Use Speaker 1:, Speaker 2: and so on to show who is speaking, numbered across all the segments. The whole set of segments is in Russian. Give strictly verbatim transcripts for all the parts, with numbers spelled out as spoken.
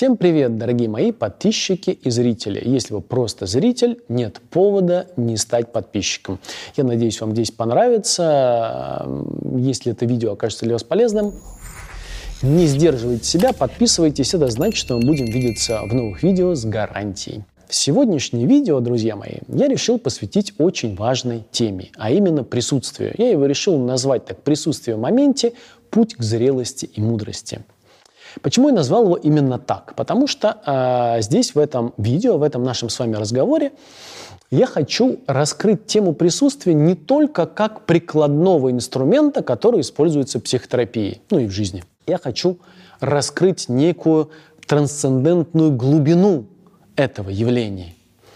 Speaker 1: Всем привет, дорогие мои подписчики и зрители. Если вы просто зритель, нет повода не стать подписчиком. Я надеюсь, вам здесь понравится. Если это видео окажется для вас полезным, не сдерживайте себя, подписывайтесь. Это значит, что мы будем видеться в новых видео с гарантией. Сегодняшнее видео, друзья мои, я решил посвятить очень важной теме, а именно присутствию. Я его решил назвать так: «Присутствие в моменте. Путь к зрелости и мудрости». Почему я назвал его именно так? Потому что э, здесь, в этом видео, в этом нашем с вами разговоре, я хочу раскрыть тему присутствия не только как прикладного инструмента, который используется в психотерапии, ну и в жизни. Я хочу раскрыть некую трансцендентную глубину этого явления.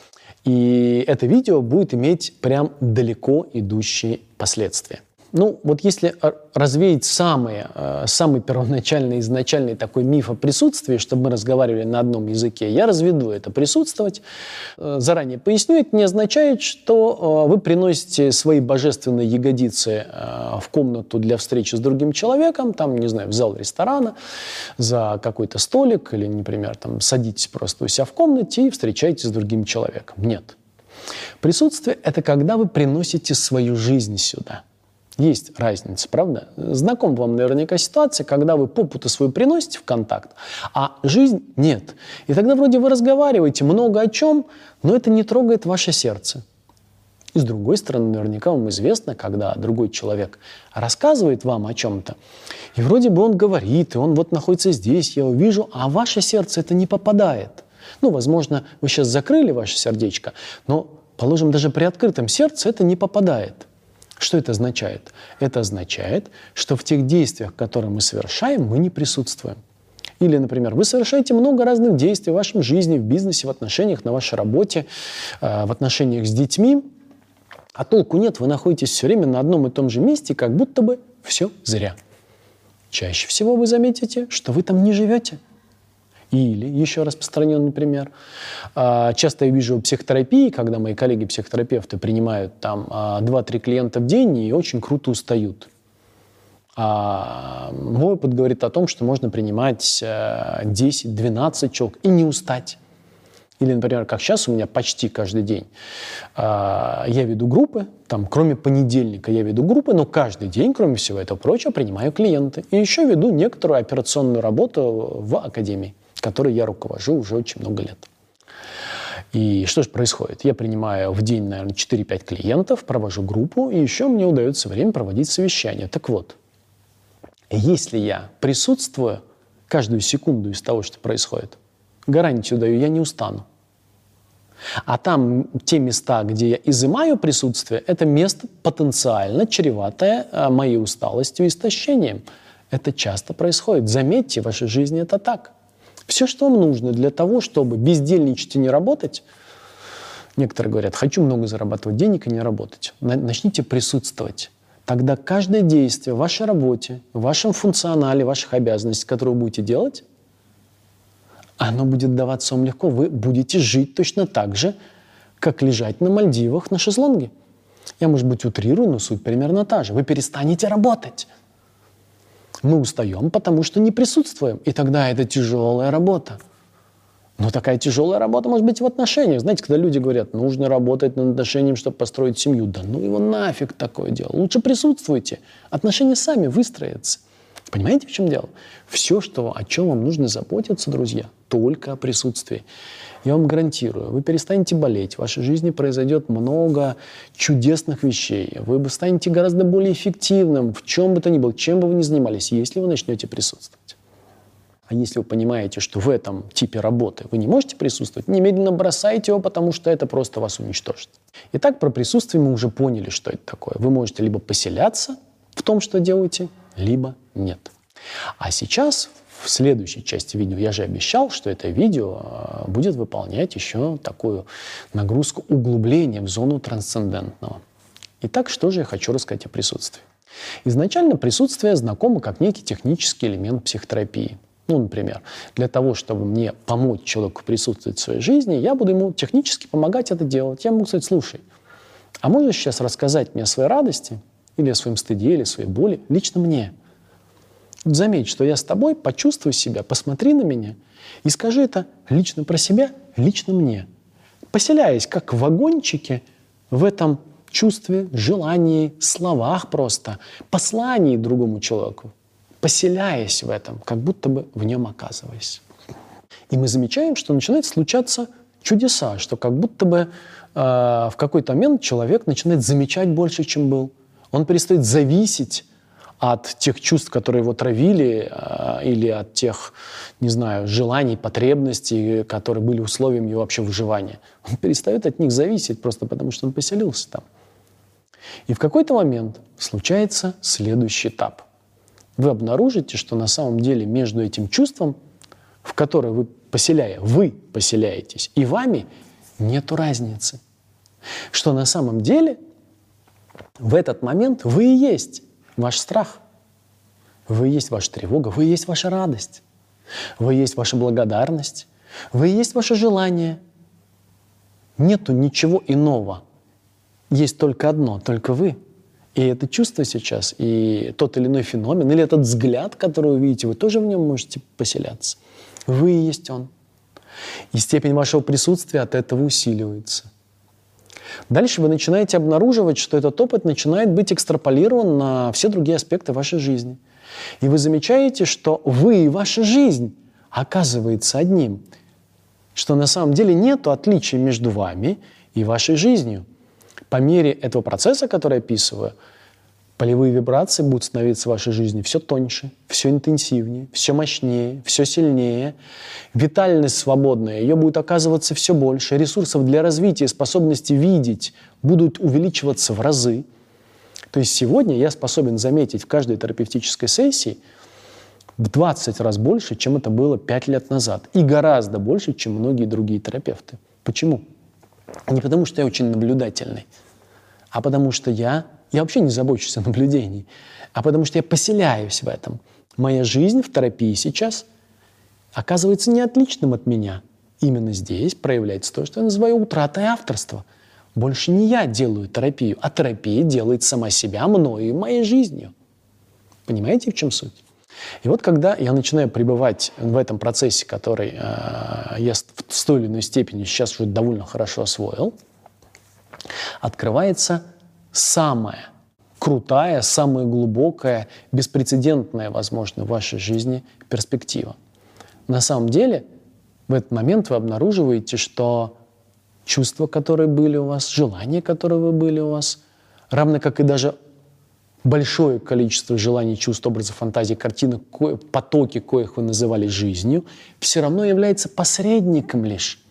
Speaker 1: И это видео будет иметь прям далеко идущие последствия. Ну, вот если развеять самый, самый первоначальный, изначальный такой миф о присутствии, чтобы мы разговаривали на одном языке, я разведу это присутствовать. Заранее поясню, это не означает, что вы приносите свои божественные ягодицы в комнату для встречи с другим человеком, там, не знаю, в зал ресторана, за какой-то столик, или, например, там, садитесь просто у себя в комнате и встречаетесь с другим человеком. Нет. Присутствие – это когда вы приносите свою жизнь сюда. Есть разница, правда? Знаком вам наверняка ситуация, когда вы попу-то свою приносите в контакт, а жизнь нет. И тогда вроде вы разговариваете много о чем, но это не трогает ваше сердце. И с другой стороны, наверняка вам известно, когда другой человек рассказывает вам о чем-то, и вроде бы он говорит, и он вот находится здесь, я его вижу, а в ваше сердце это не попадает. Ну, возможно, вы сейчас закрыли ваше сердечко, но, положим, даже при открытом сердце это не попадает. Что это означает? Это означает, что в тех действиях, которые мы совершаем, мы не присутствуем. Или, например, вы совершаете много разных действий в вашей жизни, в бизнесе, в отношениях, на вашей работе, в отношениях с детьми, а толку нет, вы находитесь все время на одном и том же месте, как будто бы все зря. Чаще всего вы заметите, что вы там не живете. Или, еще распространенный пример, часто я вижу в психотерапии, когда мои коллеги-психотерапевты принимают там два-три клиента в день и очень круто устают. А мой опыт говорит о том, что можно принимать десять-двенадцать человек и не устать. Или, например, как сейчас у меня почти каждый день я веду группы, там, кроме понедельника я веду группы, но каждый день, кроме всего этого прочего, принимаю клиенты. И еще веду некоторую операционную работу в академии, которой я руковожу уже очень много лет. И что же происходит? Я принимаю в день, наверное, четыре-пять клиентов, провожу группу, и еще мне удается время проводить совещания. Так вот, если я присутствую каждую секунду из того, что происходит, гарантию даю, я не устану. А там те места, где я изымаю присутствие, это место потенциально чреватое моей усталостью и истощением. Это часто происходит. Заметьте, в вашей жизни это так. Все, что вам нужно для того, чтобы бездельничать и не работать, некоторые говорят, хочу много зарабатывать денег и не работать. Начните присутствовать. Тогда каждое действие в вашей работе, в вашем функционале, ваших обязанностей, которые вы будете делать, оно будет даваться вам легко. Вы будете жить точно так же, как лежать на Мальдивах на шезлонге. Я, может быть, утрирую, но суть примерно та же. Вы перестанете работать. Мы устаем, потому что не присутствуем. И тогда это тяжелая работа. Но такая тяжелая работа может быть в отношениях. Знаете, когда люди говорят, нужно работать над отношением, чтобы построить семью. Да ну его нафиг такое дело. Лучше присутствуйте. Отношения сами выстроятся. Понимаете, в чем дело? Все, что, о чем вам нужно заботиться, друзья, только о присутствии. Я вам гарантирую, вы перестанете болеть, в вашей жизни произойдет много чудесных вещей, вы станете гораздо более эффективным в чем бы то ни было, чем бы вы ни занимались, если вы начнете присутствовать. А если вы понимаете, что в этом типе работы вы не можете присутствовать, немедленно бросайте его, потому что это просто вас уничтожит. Итак, про присутствие мы уже поняли, что это такое. Вы можете либо поселяться в том, что делаете, либо нет. А сейчас, в следующей части видео, я же обещал, что это видео будет выполнять еще такую нагрузку углубления в зону трансцендентного. Итак, что же я хочу рассказать о присутствии? Изначально присутствие знакомо как некий технический элемент психотерапии. Ну, например, для того, чтобы мне помочь человеку присутствовать в своей жизни, я буду ему технически помогать это делать. Я могу сказать, слушай, а можешь сейчас рассказать мне о своей радости, или о своем стыде, или о своей боли, лично мне? Заметь, что я с тобой, почувствуй себя, посмотри на меня и скажи это лично про себя, лично мне. Поселяясь как в вагончике в этом чувстве, желании, словах просто, послании другому человеку, поселяясь в этом, как будто бы в нем оказываясь. И мы замечаем, что начинают случаться чудеса, что как будто бы э, в какой-то момент человек начинает замечать больше, чем был. Он перестает зависеть от тех чувств, которые его травили, э, или от тех, не знаю, желаний, потребностей, которые были условием его вообще выживания. Он перестает от них зависеть просто потому, что он поселился там. И в какой-то момент случается следующий этап. Вы обнаружите, что на самом деле между этим чувством, в которое вы поселяя, вы поселяетесь, и вами нету разницы. Что на самом деле в этот момент вы и есть ваш страх, вы и есть ваша тревога, вы и есть ваша радость, вы и есть ваша благодарность, вы и есть ваше желание. Нету ничего иного. Есть только одно, только вы. И это чувство сейчас, и тот или иной феномен, или этот взгляд, который вы видите, вы тоже в нем можете поселяться. Вы и есть он. И степень вашего присутствия от этого усиливается. Дальше вы начинаете обнаруживать, что этот опыт начинает быть экстраполирован на все другие аспекты вашей жизни. И вы замечаете, что вы и ваша жизнь оказывается одним. Что на самом деле нет отличий между вами и вашей жизнью. По мере этого процесса, который я описываю, полевые вибрации будут становиться в вашей жизни все тоньше, все интенсивнее, все мощнее, все сильнее. Витальность свободная, ее будет оказываться все больше. Ресурсов для развития, способности видеть будут увеличиваться в разы. То есть сегодня я способен заметить в каждой терапевтической сессии в двадцать раз больше, чем это было пять лет назад. И гораздо больше, чем многие другие терапевты. Почему? Не потому, что я очень наблюдательный, а потому что я, я вообще не забочусь о наблюдении, а потому что я поселяюсь в этом. Моя жизнь в терапии сейчас оказывается не отличным от меня. Именно здесь проявляется то, что я называю утратой авторства. Больше не я делаю терапию, а терапия делает сама себя, мною и моей жизнью. Понимаете, в чем суть? И вот когда я начинаю пребывать в этом процессе, который э, я в той или иной степени сейчас уже довольно хорошо освоил, открывается самая крутая, самая глубокая, беспрецедентная, возможно, в вашей жизни перспектива. На самом деле, в этот момент вы обнаруживаете, что чувства, которые были у вас, желания, которые вы были у вас, равно как и даже большое количество желаний, чувств, образов, фантазий, картинок, ко- потоки, коих вы называли жизнью, все равно является посредником лишь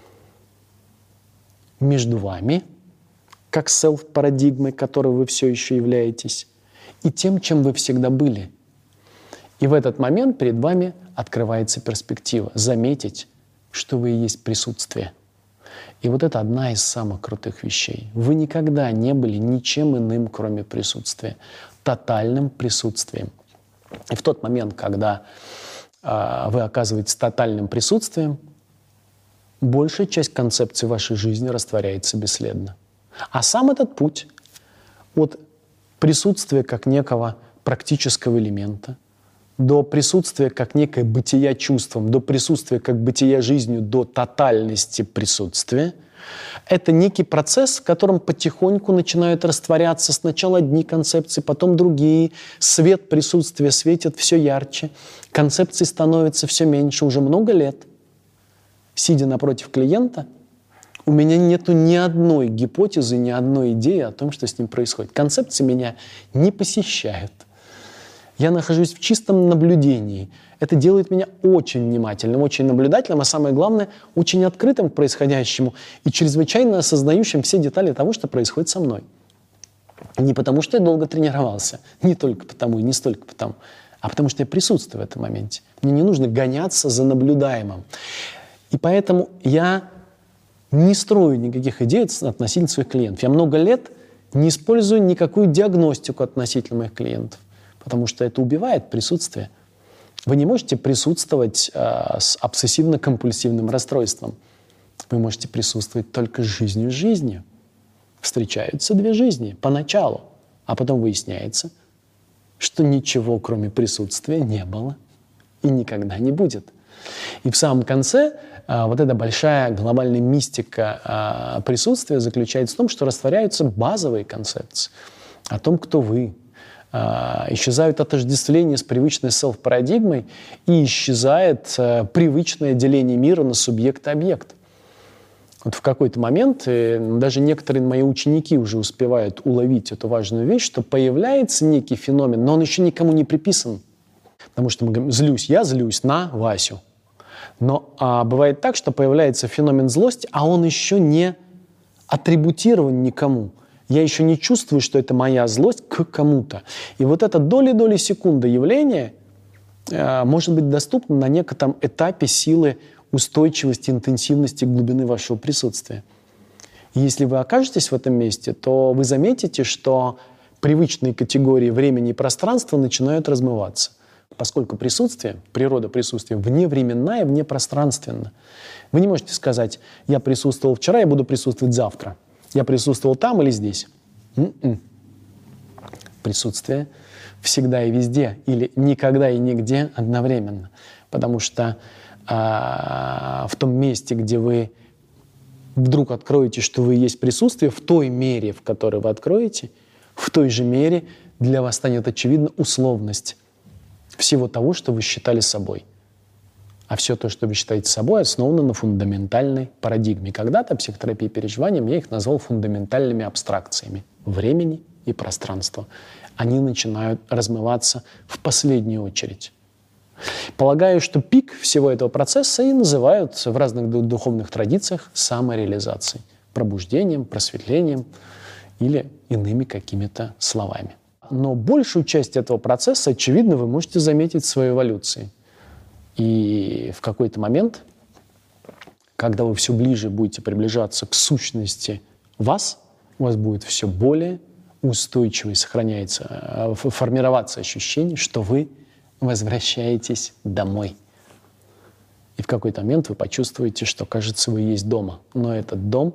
Speaker 1: между вами, как селф-парадигмой, которой вы все еще являетесь, и тем, чем вы всегда были. И в этот момент перед вами открывается перспектива заметить, что вы и есть присутствие. И вот это одна из самых крутых вещей. Вы никогда не были ничем иным, кроме присутствия. Тотальным присутствием. И в тот момент, когда э, вы оказываетесь тотальным присутствием, большая часть концепции вашей жизни растворяется бесследно. А сам этот путь от присутствия как некого практического элемента до присутствия как некое бытия чувством, до присутствия как бытия жизнью, до тотальности присутствия, это некий процесс, в котором потихоньку начинают растворяться сначала одни концепции, потом другие. Свет присутствия светит все ярче, концепций становится все меньше уже много лет. Сидя напротив клиента, у меня нету ни одной гипотезы, ни одной идеи о том, что с ним происходит. Концепции меня не посещают. Я нахожусь в чистом наблюдении. Это делает меня очень внимательным, очень наблюдательным, а самое главное, очень открытым к происходящему и чрезвычайно осознающим все детали того, что происходит со мной. Не потому, что я долго тренировался, не только потому и не столько потому, а потому что я присутствую в этом моменте. Мне не нужно гоняться за наблюдаемым. И поэтому я не строю никаких идей относительно своих клиентов. Я много лет не использую никакую диагностику относительно моих клиентов. Потому что это убивает присутствие. Вы не можете присутствовать э, с обсессивно-компульсивным расстройством. Вы можете присутствовать только с жизнью жизнью. Встречаются две жизни поначалу, а потом выясняется, что ничего, кроме присутствия, не было и никогда не будет. И в самом конце а, вот эта большая глобальная мистика а, присутствия заключается в том, что растворяются базовые концепции о том, кто вы. А, исчезают отождествления с привычной селф-парадигмой и исчезает а, привычное деление мира на субъект и объект. Вот в какой-то момент э, даже некоторые мои ученики уже успевают уловить эту важную вещь, что появляется некий феномен, но он еще никому не приписан. Потому что мы говорим, злюсь, я злюсь на Васю. Но а, бывает так, что появляется феномен злости, а он еще не атрибутирован никому. Я еще не чувствую, что это моя злость к кому-то. И вот это доли-доли секунды явление а, может быть доступно на некотором этапе силы устойчивости, интенсивности, глубины вашего присутствия. И если вы окажетесь в этом месте, то вы заметите, что привычные категории времени и пространства начинают размываться. Поскольку присутствие, природа присутствия вневременная, внепространственна. Вы не можете сказать, я присутствовал вчера, я буду присутствовать завтра. Я присутствовал там или здесь. М-м. Присутствие всегда и везде, или никогда и нигде одновременно. Потому что а, в том месте, где вы вдруг откроете, что вы есть присутствие, в той мере, в которой вы откроете, в той же мере для вас станет очевидна условность всего того, что вы считали собой. А все то, что вы считаете собой, основано на фундаментальной парадигме. Когда-то психотерапия переживанием я их назвал фундаментальными абстракциями времени и пространства. Они начинают размываться в последнюю очередь. Полагаю, что пик всего этого процесса и называют в разных духовных традициях самореализацией, пробуждением, просветлением или иными какими-то словами. Но большую часть этого процесса, очевидно, вы можете заметить в своей эволюции. И в какой-то момент, когда вы все ближе будете приближаться к сущности вас, у вас будет все более устойчиво и сохраняется, формироваться ощущение, что вы возвращаетесь домой. И в какой-то момент вы почувствуете, что, кажется, вы есть дома. Но этот дом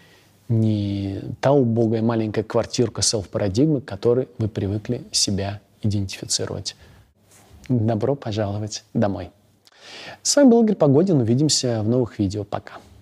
Speaker 1: не та убогая маленькая квартирка селф-парадигмы, к которой вы привыкли себя идентифицировать. Добро пожаловать домой. С вами был Игорь Погодин. Увидимся в новых видео. Пока.